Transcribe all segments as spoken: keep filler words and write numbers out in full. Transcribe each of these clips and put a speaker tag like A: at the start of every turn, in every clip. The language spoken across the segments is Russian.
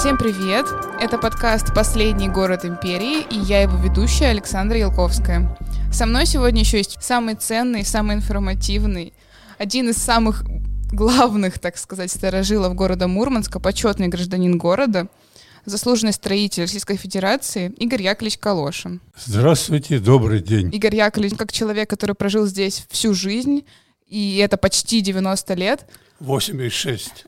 A: Всем привет! Это подкаст «Последний город империи», и я его ведущая Александра Ялковская. Со мной сегодня еще есть самый ценный, самый информативный, один из самых главных, так сказать, старожилов города Мурманска, почетный гражданин города, заслуженный строитель Российской Федерации Игорь Яковлевич Калошин.
B: Здравствуйте, добрый день.
A: Игорь Яковлевич, как человек, который прожил здесь всю жизнь, и это почти девяносто лет.
B: восемьдесят шесть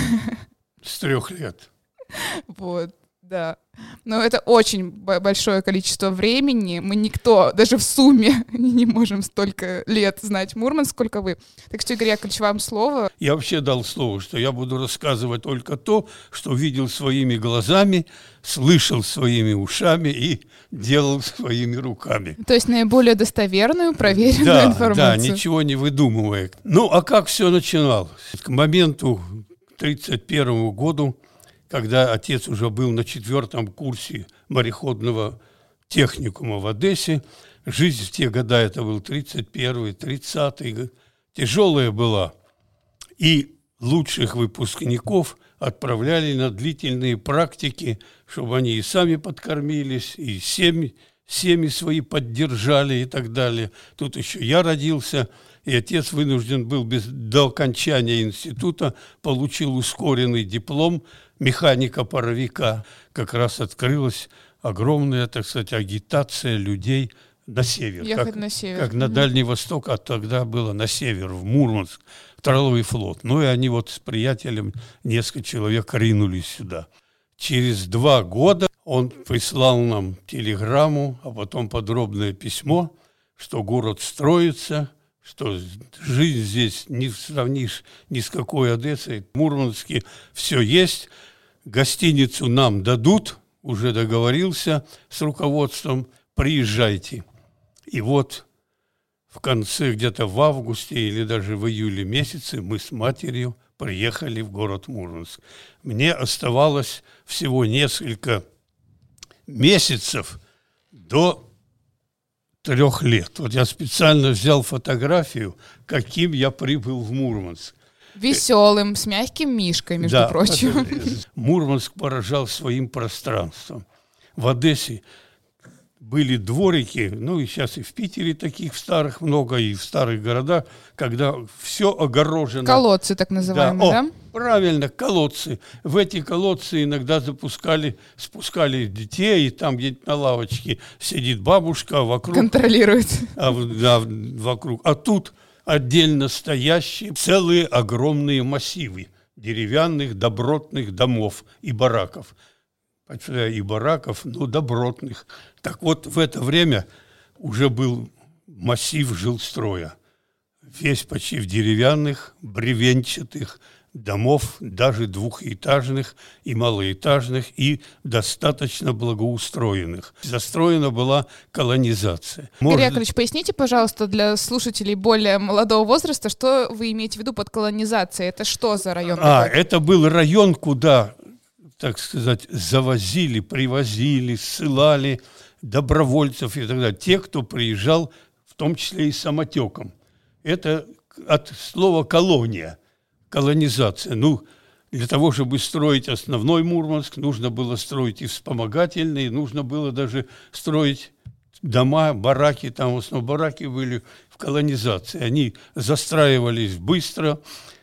B: с трех лет.
A: Вот, да. Но это очень большое количество времени. Мы никто, даже в сумме, не можем столько лет знать Мурманск, сколько вы. Так что, Игорь Яковлевич, вам слово.
B: Я вообще дал слово, что я буду рассказывать только то, что видел своими глазами, слышал своими ушами и делал своими руками.
A: То есть наиболее достоверную, проверенную
B: да,
A: информацию.
B: Да, ничего не выдумывая. Ну, а как все начиналось? К моменту тридцать первому году, когда отец уже был на четвертом курсе мореходного техникума в Одессе, жизнь в те года, это был тридцать первый, тридцатый, тяжелая была. И лучших выпускников отправляли на длительные практики, чтобы они и сами подкормились, и семьи, семьи свои поддержали и так далее. Тут еще я родился, и отец вынужден был без, до окончания института, получил ускоренный диплом механика-паровика. Как раз открылась огромная, так сказать, агитация людей на север.
A: Ехать
B: как,
A: на север.
B: Как на Дальний Восток, а тогда было на север, в Мурманск, в Траловый флот. Ну и они вот с приятелем, несколько человек, ринулись сюда. Через два года он прислал нам телеграмму, а потом подробное письмо, что город строится, что жизнь здесь не сравнишь ни с какой Одессой. В Мурманске все есть, гостиницу нам дадут, уже договорился с руководством, приезжайте. И вот в конце, где-то в августе или даже в июле месяце мы с матерью приехали в город Мурманск. Мне оставалось всего несколько месяцев до трех лет. Вот я специально взял фотографию, каким я прибыл в Мурманск.
A: Веселым, с мягким мишкой, между
B: да,
A: прочим.
B: Мурманск поражал своим пространством. В Одессе были дворики, ну и сейчас и в Питере таких в старых много, и в старых городах, когда все огорожено.
A: Колодцы так называемые, да?
B: да? О, правильно, колодцы. В эти колодцы иногда запускали, спускали детей, и там где-то на лавочке сидит бабушка, а вокруг...
A: Контролирует.
B: А, да, вокруг. А тут отдельно стоящие целые огромные массивы деревянных добротных домов и бараков. И бараков, ну, добротных. Так вот, в это время уже был массив жилстроя. Весь почти в деревянных, бревенчатых домов, даже двухэтажных и малоэтажных, и достаточно благоустроенных. Застроена была колонизация.
A: Игорь
B: Может...
A: Яковлевич, поясните, пожалуйста, для слушателей более молодого возраста, что вы имеете в виду под колонизацией? Это что за район?
B: А,
A: такой?
B: это был район, куда, так сказать, завозили, привозили, ссылали добровольцев и так далее. Те, кто приезжал, в том числе и самотеком. Это от слова «колония», колонизация. Ну, для того, чтобы строить основной Мурманск, нужно было строить и вспомогательные, нужно было даже строить дома, бараки, там в основном бараки были в колонизации. Они застраивались быстро,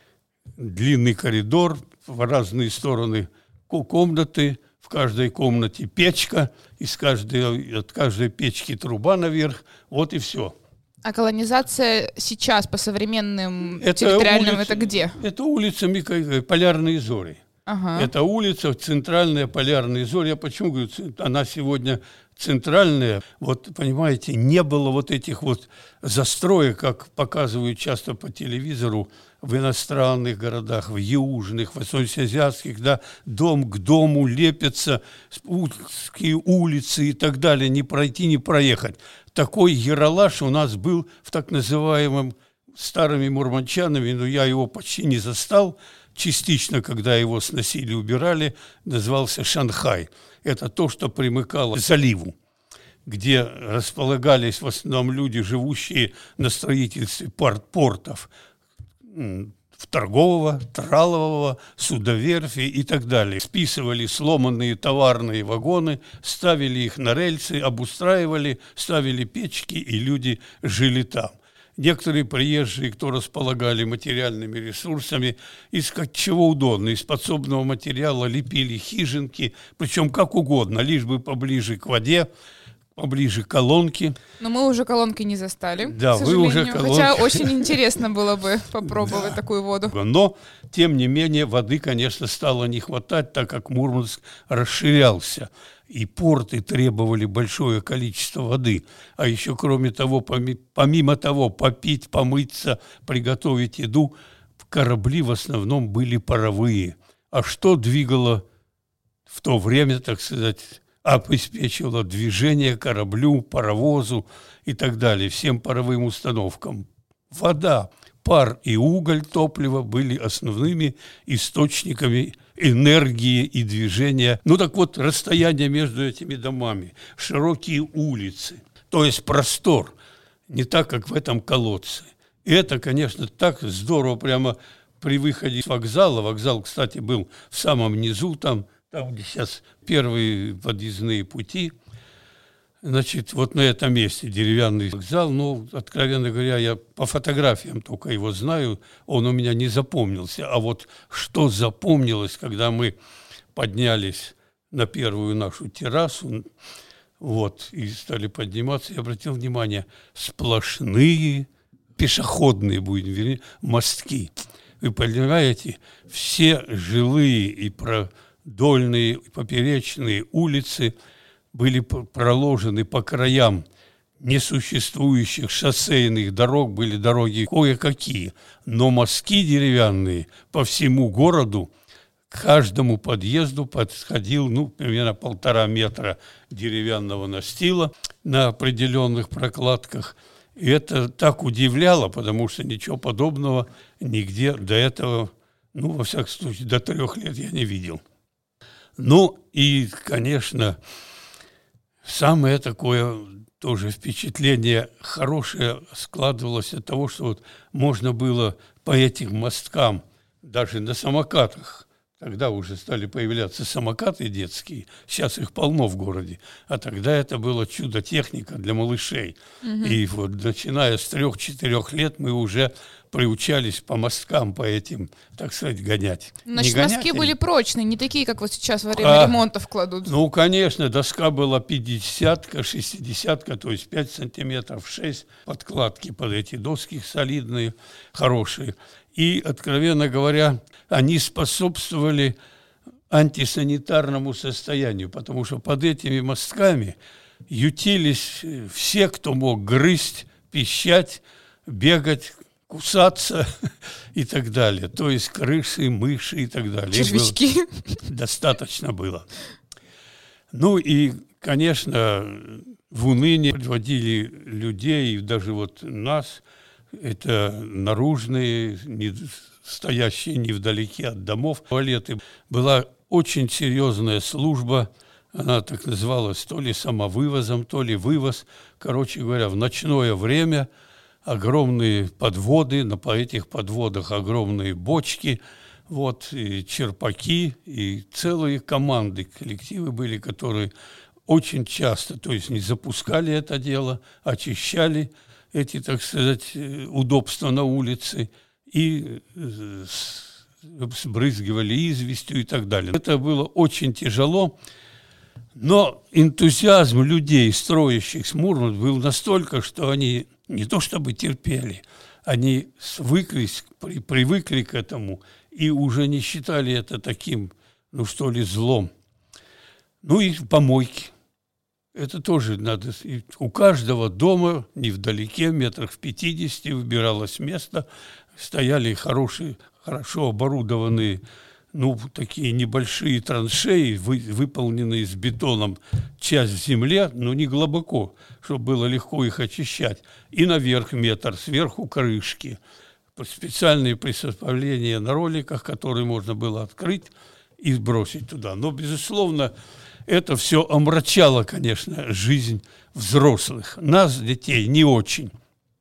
B: длинный коридор, в разные стороны комнаты, в каждой комнате печка, из каждой, от каждой печки труба наверх, вот и все.
A: А колонизация сейчас по современным
B: это
A: территориальным,
B: улица,
A: это где?
B: Это улица Мика... Полярные зори.
A: Ага.
B: Это улица, центральная Полярные зори. Я почему говорю, она сегодня центральная? Вот, понимаете, не было вот этих вот застроек, как показывают часто по телевизору, в иностранных городах, в южных, в восточноазиатских, да, дом к дому лепятся, узкие улицы и так далее, не пройти, не проехать. Такой яролаж у нас был в так называемом старыми мурманчанами, но я его почти не застал, частично, когда его сносили, убирали, назывался Шанхай. Это то, что примыкало к заливу, где располагались в основном люди, живущие на строительстве порт портов, торгового, тралового, судоверфи и так далее. Списывали сломанные товарные вагоны, ставили их на рельсы, обустраивали, ставили печки, и люди жили там. Некоторые приезжие, кто располагали материальными ресурсами, из чего удобно, из подсобного материала лепили хижинки, причем как угодно, лишь бы поближе к воде, поближе к колонке.
A: Но мы уже колонки не застали,
B: да,
A: к сожалению.
B: Вы уже колонки...
A: Хотя очень интересно было бы попробовать да. такую воду.
B: Но, тем не менее, воды, конечно, стало не хватать, так как Мурманск расширялся. И порты требовали большое количество воды. А еще, кроме того, помимо того, попить, помыться, приготовить еду, корабли в основном были паровые. А что двигало в то время, так сказать, обеспечивало движение кораблю, паровозу и так далее, всем паровым установкам? Вода, пар и уголь, топливо были основными источниками энергии и движения. Ну так вот, расстояние между этими домами, широкие улицы, то есть простор, не так, как в этом колодце. И это, конечно, так здорово прямо при выходе с вокзала. Вокзал, кстати, был в самом низу, там, там где сейчас первые подъездные пути. Значит, вот на этом месте деревянный вокзал, ну, откровенно говоря, я по фотографиям только его знаю, он у меня не запомнился. А вот что запомнилось, когда мы поднялись на первую нашу террасу, вот, и стали подниматься, я обратил внимание, сплошные пешеходные, будем вернее, мостки. Вы понимаете, все жилые и продольные, и поперечные улицы были проложены по краям несуществующих шоссейных дорог, были дороги кое-какие, но мостки деревянные по всему городу, к каждому подъезду подходил, ну, примерно полтора метра деревянного настила на определенных прокладках. И это так удивляло, потому что ничего подобного нигде до этого, ну, во всяком случае, до трех лет я не видел. Ну, и, конечно, самое такое тоже впечатление хорошее складывалось от того, что вот можно было по этим мосткам, даже на самокатах, тогда уже стали появляться самокаты детские, сейчас их полно в городе, а тогда это было чудо-техника для малышей. Угу. И вот начиная с трех-четырех лет мы уже приучались по мосткам, по этим, так сказать, гонять.
A: Значит, мостки были прочные, не такие, как вот сейчас во время а, ремонтов кладут.
B: Ну, конечно, доска была пятидесятка, шестидесятка, то есть пять сантиметров, шесть, подкладки под эти доски солидные, хорошие. И, откровенно говоря, они способствовали антисанитарному состоянию, потому что под этими мостками ютились все, кто мог грызть, пищать, бегать, кусаться и так далее. То есть крысы, мыши и так далее.
A: Червячки.
B: Достаточно было. Ну и, конечно, в уныние приводили людей, даже вот нас, это наружные, не, стоящие невдалеке от домов, туалеты. Была очень серьезная служба, она так называлась то ли самовывозом, то ли вывоз. Короче говоря, в ночное время огромные подводы, на по этих подводах огромные бочки, вот, и черпаки, и целые команды, коллективы были, которые очень часто, то есть не запускали это дело, очищали эти, так сказать, удобства на улице и сбрызгивали известью и так далее. Это было очень тяжело, но энтузиазм людей, строящих Мурманск, был настолько, что они не то чтобы терпели, они свыклись, при, привыкли к этому и уже не считали это таким, ну что ли, злом. Ну и помойки. Это тоже надо. И у каждого дома, невдалеке, метрах в пятидесяти, выбиралось место. Стояли хорошие, хорошо оборудованные, ну, такие небольшие траншеи, вы, выполненные с бетоном, часть в земле, но не глубоко, чтобы было легко их очищать. И наверх метр, сверху крышки. Специальные приспособления на роликах, которые можно было открыть и сбросить туда. Но, безусловно, это все омрачало, конечно, жизнь взрослых. Нас, детей, не очень.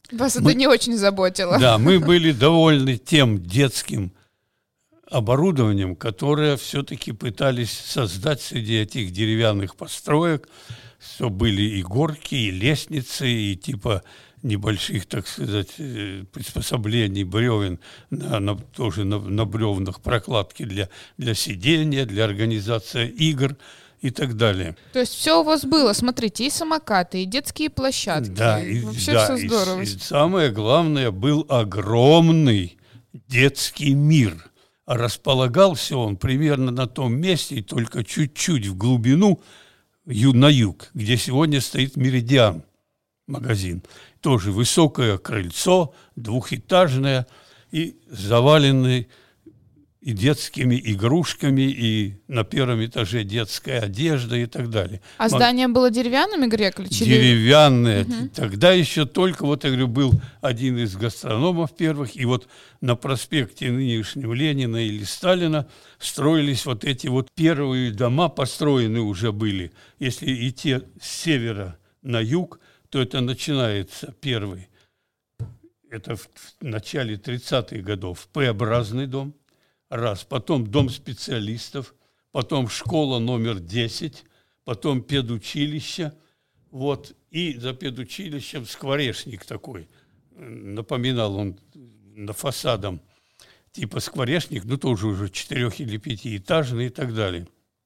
A: Вас
B: мы,
A: это не очень заботило.
B: Да, мы были довольны тем детским оборудованием, которое все-таки пытались создать среди этих деревянных построек. Все были и горки, и лестницы, и типа небольших, так сказать, приспособлений, бревен, на, на, тоже на, на бревнах прокладки для, для сидения, для организации игр и так далее.
A: То есть все у вас было, смотрите, и самокаты, и детские площадки.
B: Да, и,
A: вообще
B: да,
A: все здорово.
B: И, и самое главное, был огромный детский мир. А располагался он примерно на том месте, и только чуть-чуть в глубину, на юг, где сегодня стоит «Меридиан» магазин. Тоже высокое крыльцо, двухэтажное, и заваленный и детскими игрушками, и на первом этаже детская одежда и так далее.
A: А здание было деревянным, Игорь Яковлевич?
B: Деревянное.
A: Угу. Тогда
B: еще только, вот я говорю, был один из гастрономов первых, и вот на проспекте нынешнего Ленина или Сталина строились вот эти вот первые дома, построены уже были. Если идти с севера на юг, то это начинается первый. Это в начале тридцатых годов. П-образный дом. Раз. Потом дом специалистов. Потом школа номер десять. Потом педучилище. Вот. И за педучилищем скворечник такой. Напоминал он на фасадом типа скворечник, но тоже уже четырех- или пятиэтажный и так далее.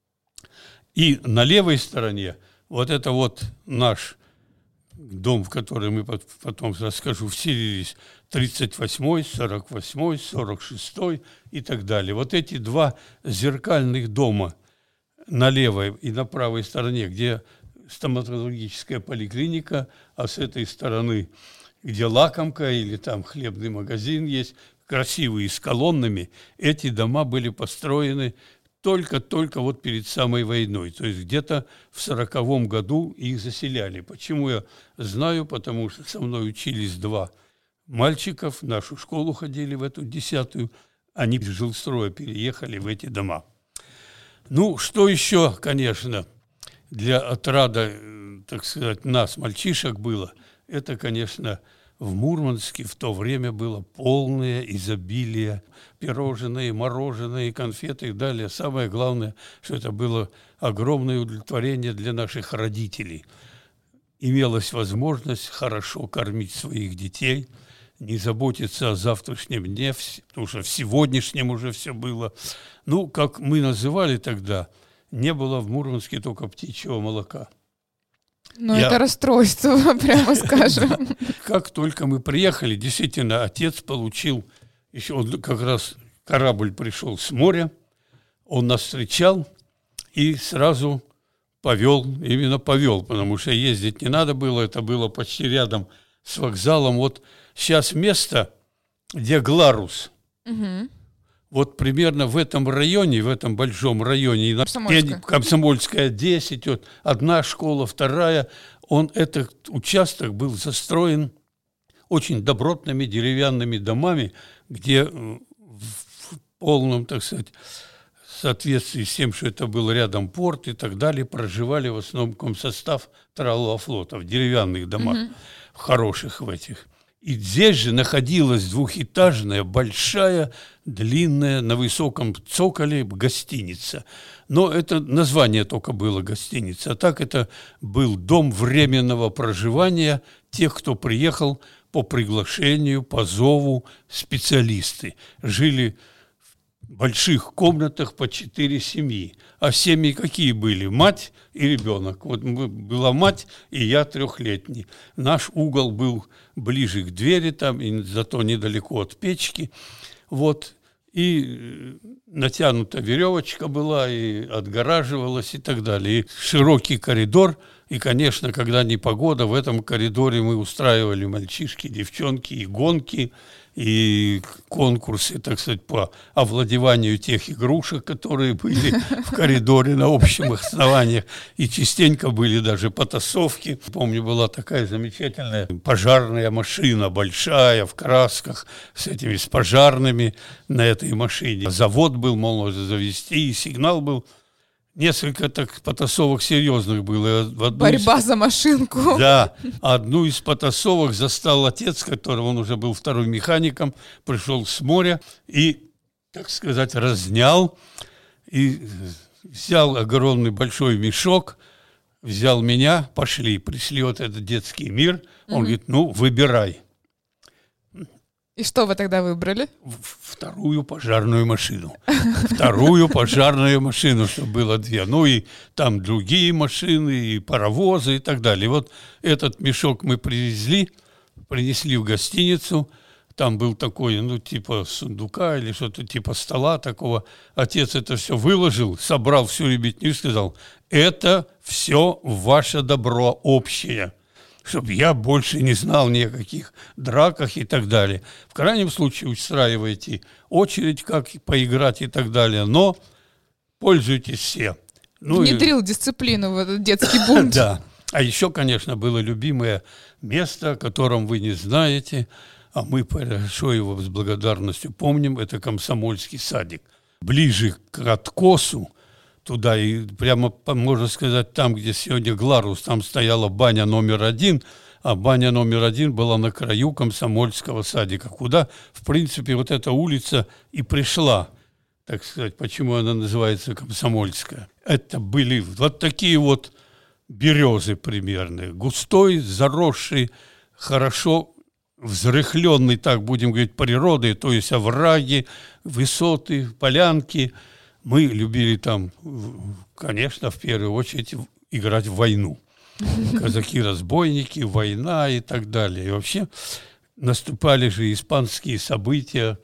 B: И на левой стороне вот это вот наш дом, в который мы потом расскажу, вселились тридцать восьмой, сорок восьмой, сорок шестой и так далее. Вот эти два зеркальных дома на левой и на правой стороне, где стоматологическая поликлиника, а с этой стороны, где лакомка или там хлебный магазин есть, красивые, с колоннами, эти дома были построены только-только вот перед самой войной. То есть где-то в сороковом году их заселяли. Почему я знаю? Потому что со мной учились два мальчиков, в нашу школу ходили, в эту десятую. Они из жилстроя переехали в эти дома. Ну, что еще, конечно, для отрада, так сказать, нас, мальчишек, было, это, конечно, в Мурманске в то время было полное изобилие. Пирожные, мороженые, конфеты и далее. Самое главное, что это было огромное удовлетворение для наших родителей. Имелась возможность хорошо кормить своих детей, не заботиться о завтрашнем дне, потому что в сегодняшнем уже все было. Ну, как мы называли тогда, не было в Мурманске только птичьего молока.
A: Ну, Я... это расстройство, прямо скажем.
B: Как только мы приехали, действительно, отец получил, еще он как раз корабль пришел с моря, он нас встречал и сразу повел, именно повел, потому что ездить не надо было, это было почти рядом с вокзалом. Вот сейчас место, где Гларус. Угу. Вот примерно в этом районе, в этом большом районе, Комсомольская, Комсомольская десять, вот, одна школа, вторая, он, этот участок был застроен очень добротными деревянными домами, где в полном, так сказать, соответствии с тем, что это был рядом порт и так далее, проживали в основном комсостав Тралового флота в деревянных домах, mm-hmm. хороших в этих. И здесь же находилась двухэтажная, большая, длинная, на высоком цоколе гостиница. Но это название только было гостиница. А так это был дом временного проживания тех, кто приехал по приглашению, по зову, специалисты. Жили в больших комнатах по четыре семьи. А семьи какие были? Мать и ребенок. Вот была мать и я трехлетний. Наш угол был ближе к двери, там, и зато недалеко от печки. Вот. И натянута веревочка была, и отгораживалась, и так далее. И широкий коридор. И, конечно, когда непогода, в этом коридоре мы устраивали мальчишки, девчонки, и гонки, и конкурсы, так сказать, по овладеванию тех игрушек, которые были в коридоре на общих основаниях. И частенько были даже потасовки. Помню, была такая замечательная пожарная машина, большая, в красках, с этими, с пожарными на этой машине. Завод был, можно завести, и сигнал был несколько так потасовок серьезных было.
A: Борьба из... за машинку.
B: Да, одну из потасовок застал отец, который, он уже был вторым механиком, пришел с моря и, так сказать, разнял и взял огромный большой мешок, взял меня, пошли, пришли вот этот детский мир. Он mm-hmm. говорит, ну, выбирай.
A: И что вы тогда выбрали?
B: Вторую пожарную машину. Вторую пожарную машину, чтобы было две. Ну и там другие машины, и паровозы, и так далее. И вот этот мешок мы привезли, принесли в гостиницу. Там был такой, ну, типа сундука или что-то типа стола такого. Отец это все выложил, собрал всю ребятню и сказал, это все ваше добро общее, чтобы я больше не знал ни о каких драках и так далее. В крайнем случае устраивайте очередь, как поиграть и так далее, но пользуйтесь все. Ну,
A: внедрил
B: и...
A: дисциплину в этот детский бунт.
B: Да. А еще, конечно, было любимое место, о котором вы не знаете, а мы хорошо его с благодарностью помним, это Комсомольский садик. Ближе к откосу, туда и прямо, можно сказать, там, где сегодня Гларус, там стояла баня номер один, а баня номер один была на краю Комсомольского садика, куда, в принципе, вот эта улица и пришла, так сказать, почему она называется Комсомольская. Это были вот такие вот березы примерно, густой, заросший, хорошо взрыхленный, так будем говорить, природой, то есть овраги, высоты, полянки. Мы любили там, конечно, в первую очередь играть в войну. Казаки-разбойники, война и так далее. И вообще наступали же испанские события.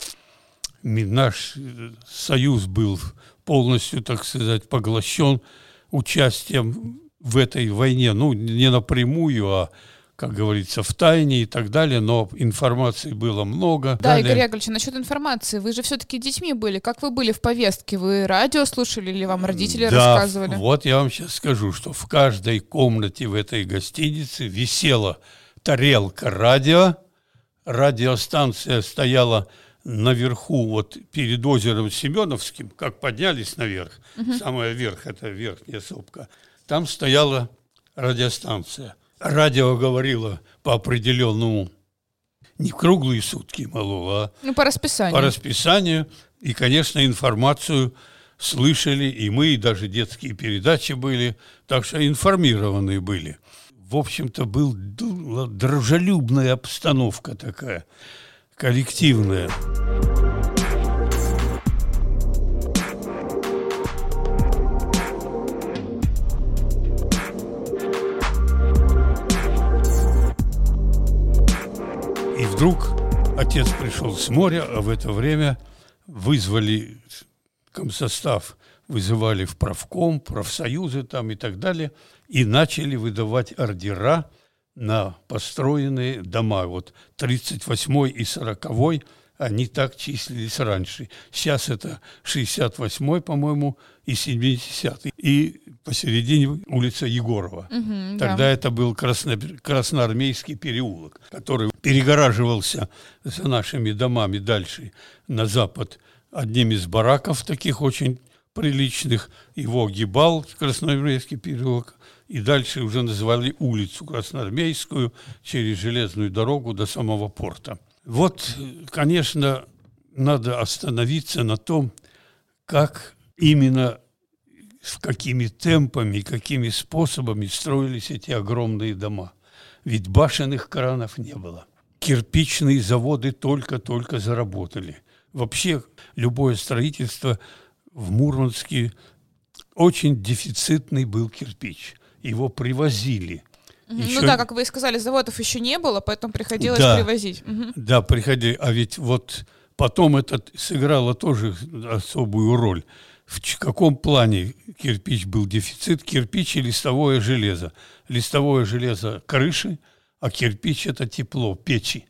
B: Наш союз был полностью, так сказать, поглощен участием в этой войне. Ну, не напрямую, а, как говорится, в тайне и так далее, но информации было много.
A: Да,
B: далее.
A: Игорь Яковлевич, насчет информации, вы же все-таки детьми были. Как вы были в повестке? Вы радио слушали или вам родители
B: да,
A: рассказывали?
B: Вот я вам сейчас скажу, что в каждой комнате в этой гостинице висела тарелка радио, радиостанция стояла наверху, вот перед озером Семеновским, как поднялись наверх, угу. самая верх, это верхняя сопка, там стояла радиостанция. Радио говорило по определенному, не круглые сутки, мало, а
A: ну, по расписанию.
B: По расписанию. И, конечно, информацию слышали, и мы, и даже детские передачи были, так что информированные были. В общем-то, была дружелюбная обстановка такая, коллективная. И вдруг отец пришел с моря, а в это время вызвали комсостав, вызывали в правком, профсоюзы там и так далее, и начали выдавать ордера на построенные дома. Вот тридцать восьмой и сороковой, они так числились раньше. Сейчас это шестьдесят восьмой, по-моему, и семидесятый. И посередине улица Егорова. Угу, Тогда да. это был Красно... Красноармейский переулок, который перегораживался за нашими домами дальше на запад одним из бараков таких очень приличных. Его огибал Красноармейский переулок. И дальше уже называли улицу Красноармейскую через железную дорогу до самого порта. Вот, конечно, надо остановиться на том, как именно, с какими темпами, какими способами строились эти огромные дома. Ведь башенных кранов не было. Кирпичные заводы только-только заработали. Вообще, любое строительство в Мурманске очень дефицитный был кирпич. Его привозили.
A: Еще... Ну да, как вы и сказали, заводов еще не было, поэтому приходилось
B: да,
A: привозить. Угу.
B: Да, приходили. А ведь вот потом это сыграло тоже особую роль. В каком плане кирпич был дефицит? Кирпич и листовое железо. Листовое железо – крыши, а кирпич – это тепло, печи.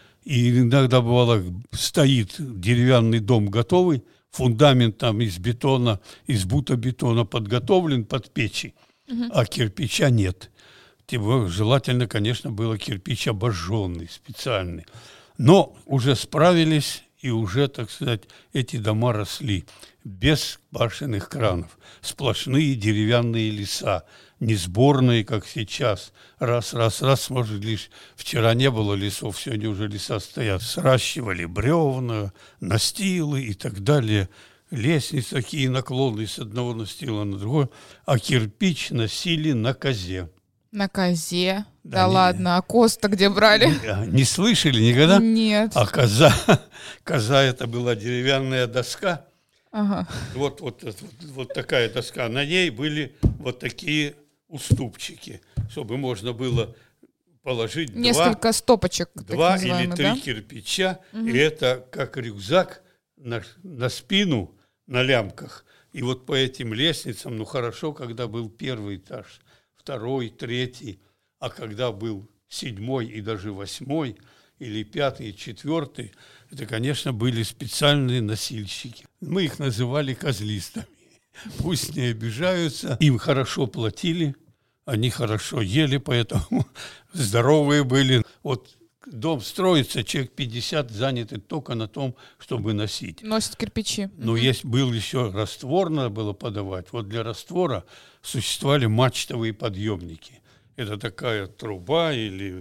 B: И иногда бывало, стоит деревянный дом готовый, фундамент там из бетона, из бутобетона подготовлен под печи, угу. а кирпича нет. Тем желательно, конечно, было кирпич обожженный, специальный. Но уже справились, и уже, так сказать, эти дома росли без башенных кранов. Сплошные деревянные леса, не сборные, как сейчас. Раз, раз, раз, может, лишь вчера не было лесов, сегодня уже леса стоят. Сращивали бревна, настилы и так далее. Лестницы такие наклонные с одного настила на другое, а кирпич носили на козе.
A: На козе? Да,
B: Да,
A: да
B: не,
A: ладно, а коз-то где брали?
B: Не, не слышали никогда?
A: Нет.
B: А коза, коза это была деревянная доска.
A: Ага.
B: Вот, вот, вот, вот такая доска. На ней были вот такие уступчики, чтобы можно было положить
A: несколько
B: два,
A: стопочек,
B: два или три
A: да?
B: кирпича.
A: Угу.
B: И это как рюкзак на, на спину, на лямках. И вот по этим лестницам, ну хорошо, когда был первый этаж, второй, третий, а когда был седьмой и даже восьмой, или пятый, и четвертый, это, конечно, были специальные носильщики. Мы их называли козлистами. Пусть не обижаются, им хорошо платили, они хорошо ели, поэтому здоровые были. Вот дом строится, человек пятьдесят заняты только на том, чтобы носить.
A: Носят кирпичи.
B: Но угу. есть, был еще раствор, надо было подавать. Вот для раствора существовали мачтовые подъемники. Это такая труба или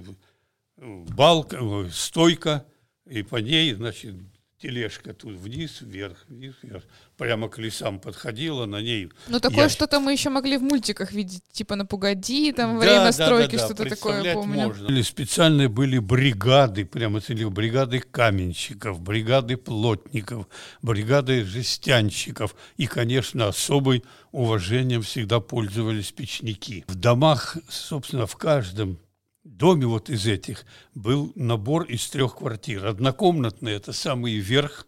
B: балка, стойка, и по ней, значит, тележка тут вниз, вверх, вниз, вверх, прямо к лесам подходила, на ней...
A: Ну, такое
B: ящик.
A: что-то мы еще могли в мультиках видеть, типа «Ну, погоди», там,
B: да,
A: «Время
B: да,
A: стройки»,
B: да, да,
A: что-то такое, помню.
B: Можно. Или специальные были бригады, прямо целые бригады каменщиков, бригады плотников, бригады жестянщиков. И, конечно, особым уважением всегда пользовались печники. В домах, собственно, в каждом доме вот из этих был набор из трех квартир. Однокомнатные – это самый верх,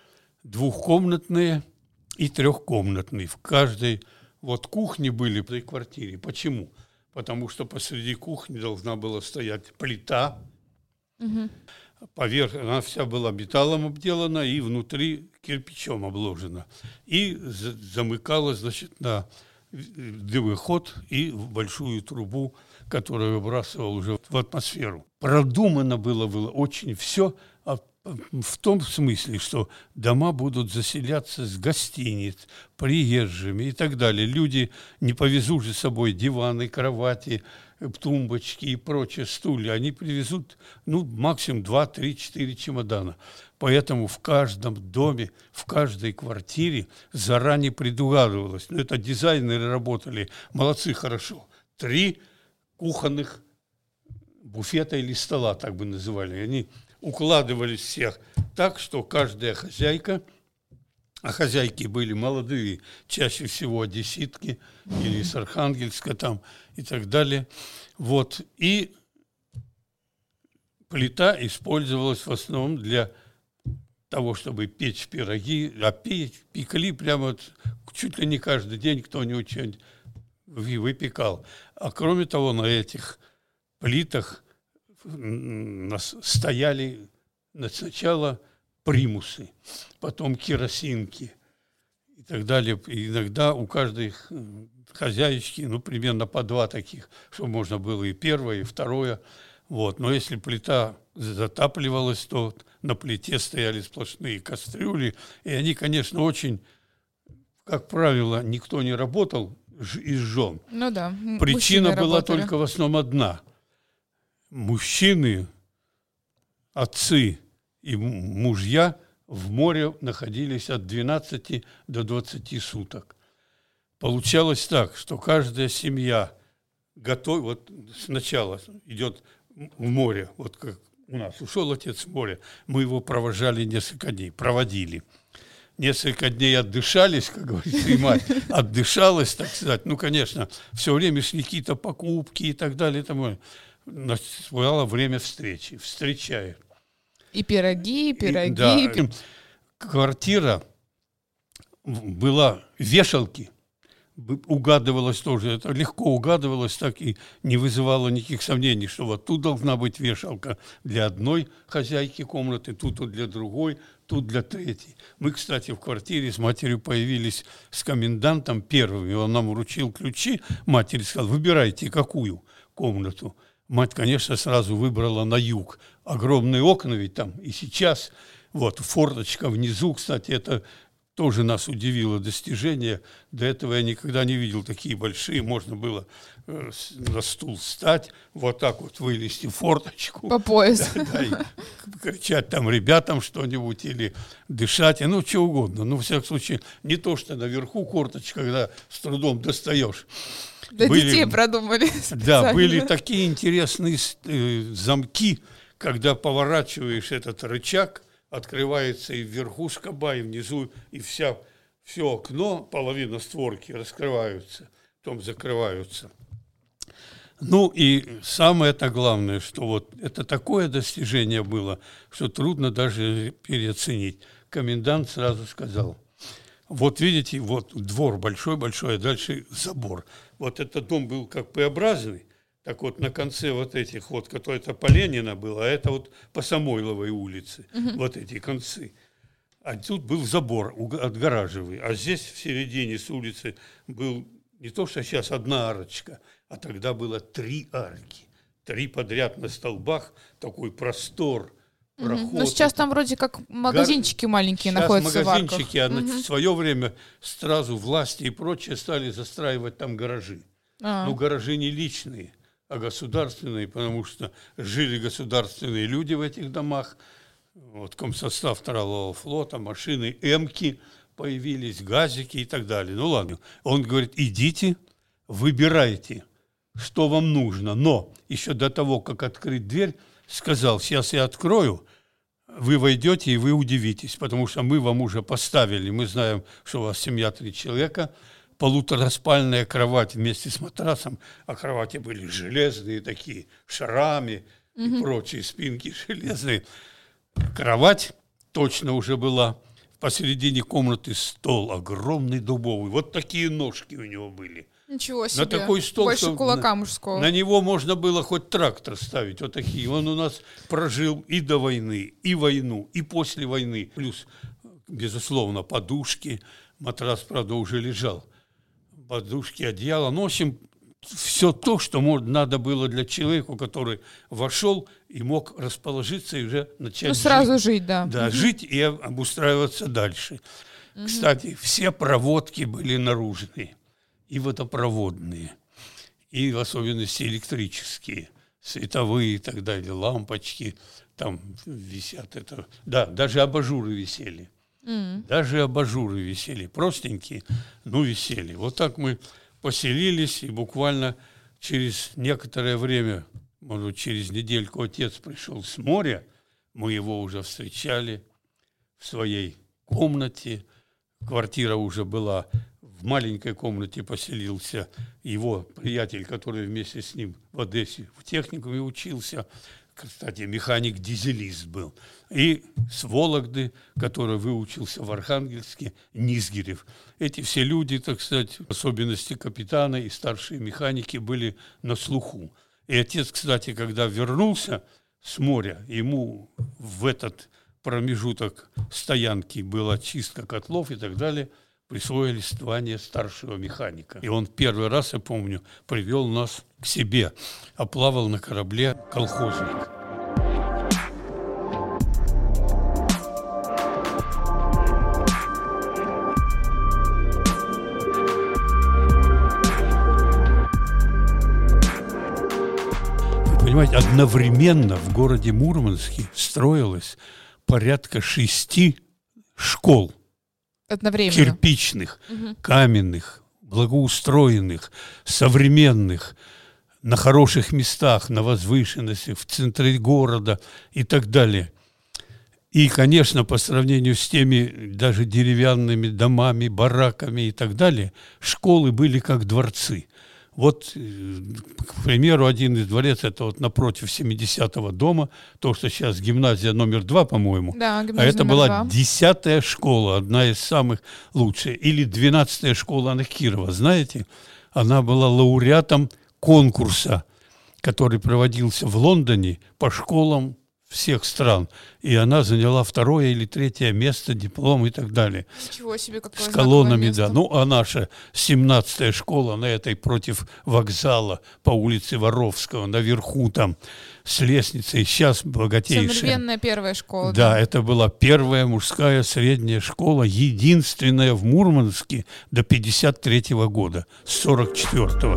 B: двухкомнатные и трехкомнатные. В каждой вот кухне были при квартире. Почему? Потому что посреди кухни должна была стоять плита. Угу. Поверх она вся была металлом обделана и внутри кирпичом обложена. И замыкалась, значит, на дымоход и в большую трубу, которую выбрасывал уже в атмосферу. Продумано было, было очень все, а в том смысле, что дома будут заселяться с гостиниц, приезжими и так далее. Люди не повезут же с собой диваны, кровати, тумбочки и прочие стулья. Они привезут, ну, максимум два, три, четыре чемодана. Поэтому в каждом доме, в каждой квартире заранее предугадывалось. Ну, это дизайнеры работали, молодцы, хорошо. Три кухонных буфета или стола, так бы называли. Они укладывались всех так, что каждая хозяйка, а хозяйки были молодые, чаще всего одесситки или из Архангельска там и так далее. Вот. И плита использовалась в основном для того, чтобы печь пироги, а печь, пекли прямо вот, чуть ли не каждый день кто-нибудь что-нибудь выпекал. А кроме того, на этих плитах стояли сначала примусы, потом керосинки и так далее. И иногда у каждой хозяйки, ну, примерно по два таких, чтобы можно было и первое, и второе. Вот. Но если плита затапливалась, то на плите стояли сплошные кастрюли, и они, конечно, очень, как правило, никто не работал из жен.
A: Ну да.
B: Причина была
A: работали.
B: только в основном одна. Мужчины, отцы и мужья в море находились от двенадцати до двадцати суток. Получалось так, что каждая семья готов... вот сначала идет в море, вот как у нас ушел отец в море, мы его провожали несколько дней, проводили. Несколько дней отдышались, как говорится, и мать отдышалась, так сказать. Ну, конечно, все время шли какие-то покупки и так далее. Тому. Настало время встречи. Встречают.
A: И пироги, и пироги.
B: И, да, квартира была, вешалки, угадывалось тоже, это легко угадывалось, так и не вызывало никаких сомнений, что вот тут должна быть вешалка для одной хозяйки комнаты, тут для другой, тут для третьей. Мы, кстати, в квартире с матерью появились с комендантом первыми, он нам вручил ключи, матери сказал, выбирайте, какую комнату. Мать, конечно, сразу выбрала на юг. Огромные окна ведь там и сейчас Вот, форточка внизу, кстати, это тоже нас удивило достижение. До этого я никогда не видел такие большие. Можно было э, на стул встать, вот так вот вылезти форточку.
A: По пояс.
B: Да, да, и кричать там ребятам что-нибудь или дышать, ну, что угодно. Но, во всяком случае, не то, что наверху форточка, когда с трудом достаешь.
A: Для
B: были,
A: детей продумали.
B: Да, были такие интересные э, замки, когда поворачиваешь этот рычаг, открывается и вверху скоба, и внизу, и вся, все окно, половина створки раскрываются, потом закрываются. Ну и самое-то главное, что вот это такое достижение было, что трудно даже переоценить. Комендант сразу сказал: вот видите, вот двор большой-большой, а дальше забор. Вот этот дом был как П-образный, так вот на конце вот этих вот, которые это по Ленина было, а это вот по Самойловой улице, uh-huh. вот эти концы. А тут был забор отгораживый, а здесь в середине с улицы был не то, что сейчас одна арочка, а тогда было три арки, три подряд на столбах, такой простор, проход.
A: Ну, сейчас там вроде как магазинчики Гар... маленькие сейчас находятся в арках.
B: Магазинчики, а uh-huh. в свое время сразу власти и прочее стали застраивать там гаражи. Uh-huh. Ну, гаражи не личные, а государственные, потому что жили государственные люди в этих домах. Вот комсостав Тралового флота, машины, эмки появились, газики и так далее. Ну ладно, он говорит: идите, выбирайте, что вам нужно. Но еще до того, как открыть дверь, сказал: сейчас я открою, вы войдете и вы удивитесь, потому что мы вам уже поставили, мы знаем, что у вас семья три человека, полутораспальная кровать вместе с матрасом, а кровати были железные такие, шарами mm-hmm. и прочие, спинки железные. Кровать точно уже была. Посередине комнаты стол огромный дубовый. Вот такие ножки у него были.
A: Ничего себе.
B: На такой стол,
A: больше кулака мужского.
B: На него можно было хоть трактор ставить. Вот такие. Он у нас прожил и до войны, и войну, и после войны. Плюс, безусловно, подушки. Матрас, правда, уже лежал. Подушки, одеяло. Ну, в общем, все то, что надо было для человека, который вошел и мог расположиться и уже начать
A: ну, сразу жить. жить, да.
B: Да, угу. жить и обустраиваться дальше. Угу. Кстати, все проводки были наружные, и водопроводные, и в особенности электрические, световые и так далее, лампочки там висят. Это. Да, даже абажуры висели. Mm. Даже абажуры висели, простенькие, но висели. Вот так мы поселились, и буквально через некоторое время, может быть, через недельку отец пришел с моря, мы его уже встречали в своей комнате, квартира уже была, в маленькой комнате поселился его приятель, который вместе с ним в Одессе в техникуме учился, кстати, механик-дизелист был, и с Вологды, который выучился в Архангельске, Низгирев. Эти все люди, так сказать, в особенности капитана и старшие механики, были на слуху. И отец, кстати, когда вернулся с моря, ему в этот промежуток стоянки была чистка котлов и так далее, присвоили звание старшего механика. И он первый раз, я помню, привел нас к себе, а плавал на корабле колхозник. Вы понимаете, одновременно в городе Мурманске строилось порядка шести школ.
A: Одновременно.
B: Кирпичных, угу. каменных, благоустроенных, современных, на хороших местах, на возвышенностях, в центре города и так далее. И, конечно, по сравнению с теми даже деревянными домами, бараками и так далее, школы были как дворцы. Вот, к примеру, один из дворец, это вот напротив семидесятого дома, то, что сейчас гимназия номер два, по-моему.
A: Да,
B: а это была
A: два.
B: десятая школа, одна из самых лучших. Или двенадцатая школа Анакирова, знаете? Она была лауреатом конкурса, который проводился в Лондоне по школам всех стран. И она заняла второе или третье место, диплом и так далее.
A: Ничего себе, какое
B: с колоннами,
A: место.
B: да. Ну, а наша семнадцатая школа на этой против вокзала по улице Воровского, наверху там, с лестницей, сейчас богатейшая.
A: Современная первая школа.
B: Да,
A: да,
B: это была первая мужская средняя школа, единственная в Мурманске до пятьдесят третьего года, с сорок четвёртого.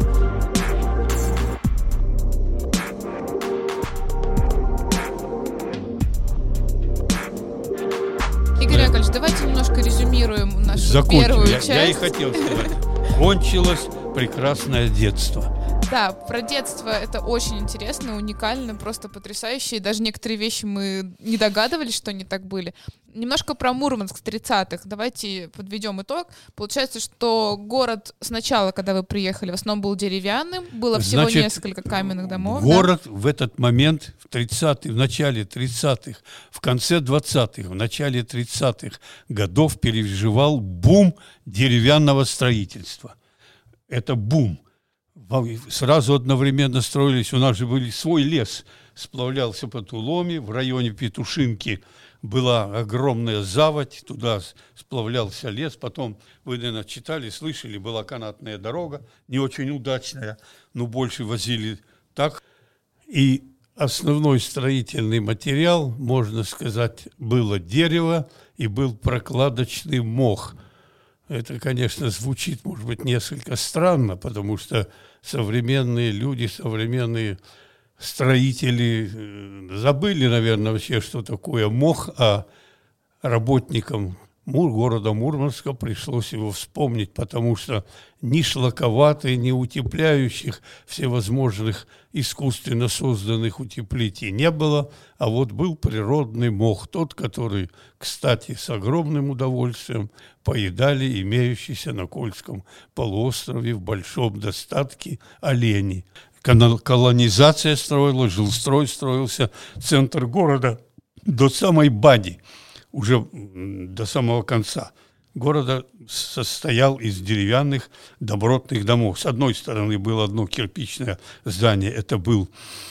A: Игорь Яковлевич, давайте немножко резюмируем нашу
B: Закончим.
A: первую
B: я,
A: часть.
B: Я и хотел сказать. Кончилось прекрасное детство.
A: Да, про детство это очень интересно, уникально, просто потрясающе. И даже некоторые вещи мы не догадывались, что они так были. Немножко про Мурманск тридцатых. Давайте подведем итог. Получается, что город сначала, когда вы приехали, в основном был деревянным, было всего
B: Значит,
A: несколько каменных домов.
B: Город
A: да?
B: в этот момент, в тридцатых, в начале тридцатых, в конце двадцатых, в начале тридцатых годов переживал бум деревянного строительства. Это бум. Сразу одновременно строились, у нас же был свой лес, сплавлялся по Туломе, в районе Петушинки была огромная заводь, туда сплавлялся лес, потом, вы, наверное, читали, слышали, была канатная дорога, не очень удачная, но больше возили так. И основной строительный материал, можно сказать, было дерево и был прокладочный мох. Это, конечно, звучит, может быть, несколько странно, потому что современные люди, современные строители забыли, наверное, вообще, что такое мох, а работникам Мур, города Мурманска пришлось его вспомнить, потому что ни шлаковатых, ни утепляющих всевозможных искусственно созданных утеплителей не было, а вот был природный мох, тот, который, кстати, с огромным удовольствием поедали имеющиеся на Кольском полуострове в большом достатке олени. Колонизация строилась, жилстрой строился, центр города до самой Бади, уже до самого конца города состоял из деревянных добротных домов. С одной стороны было одно кирпичное здание, это был,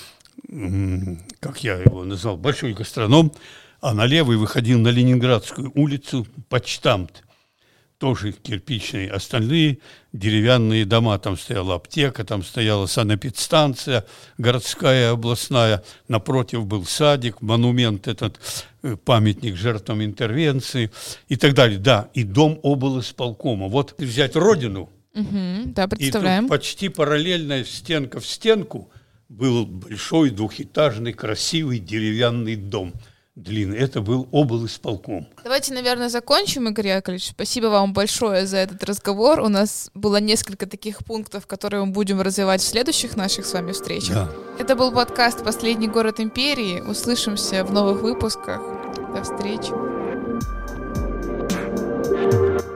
B: как я его назвал, большой гастроном, а на левый выходил на Ленинградскую улицу почтамт, тоже кирпичный. Остальные деревянные дома, там стояла аптека, там стояла санэпидстанция городская, областная, напротив был садик, монумент этот, памятник жертвам интервенции и так далее. Да, и дом облисполкома. Вот взять Родину,
A: угу, да, представляем.
B: И тут почти параллельная стенка в стенку был большой двухэтажный красивый деревянный дом. Длинный. Это был облисполком.
A: Давайте, наверное, закончим, Игорь Яковлевич. Спасибо вам большое за этот разговор. У нас было несколько таких пунктов, которые мы будем развивать в следующих наших с вами встречах.
B: Да.
A: Это был подкаст «Последний город империи». Услышимся в новых выпусках. До встречи.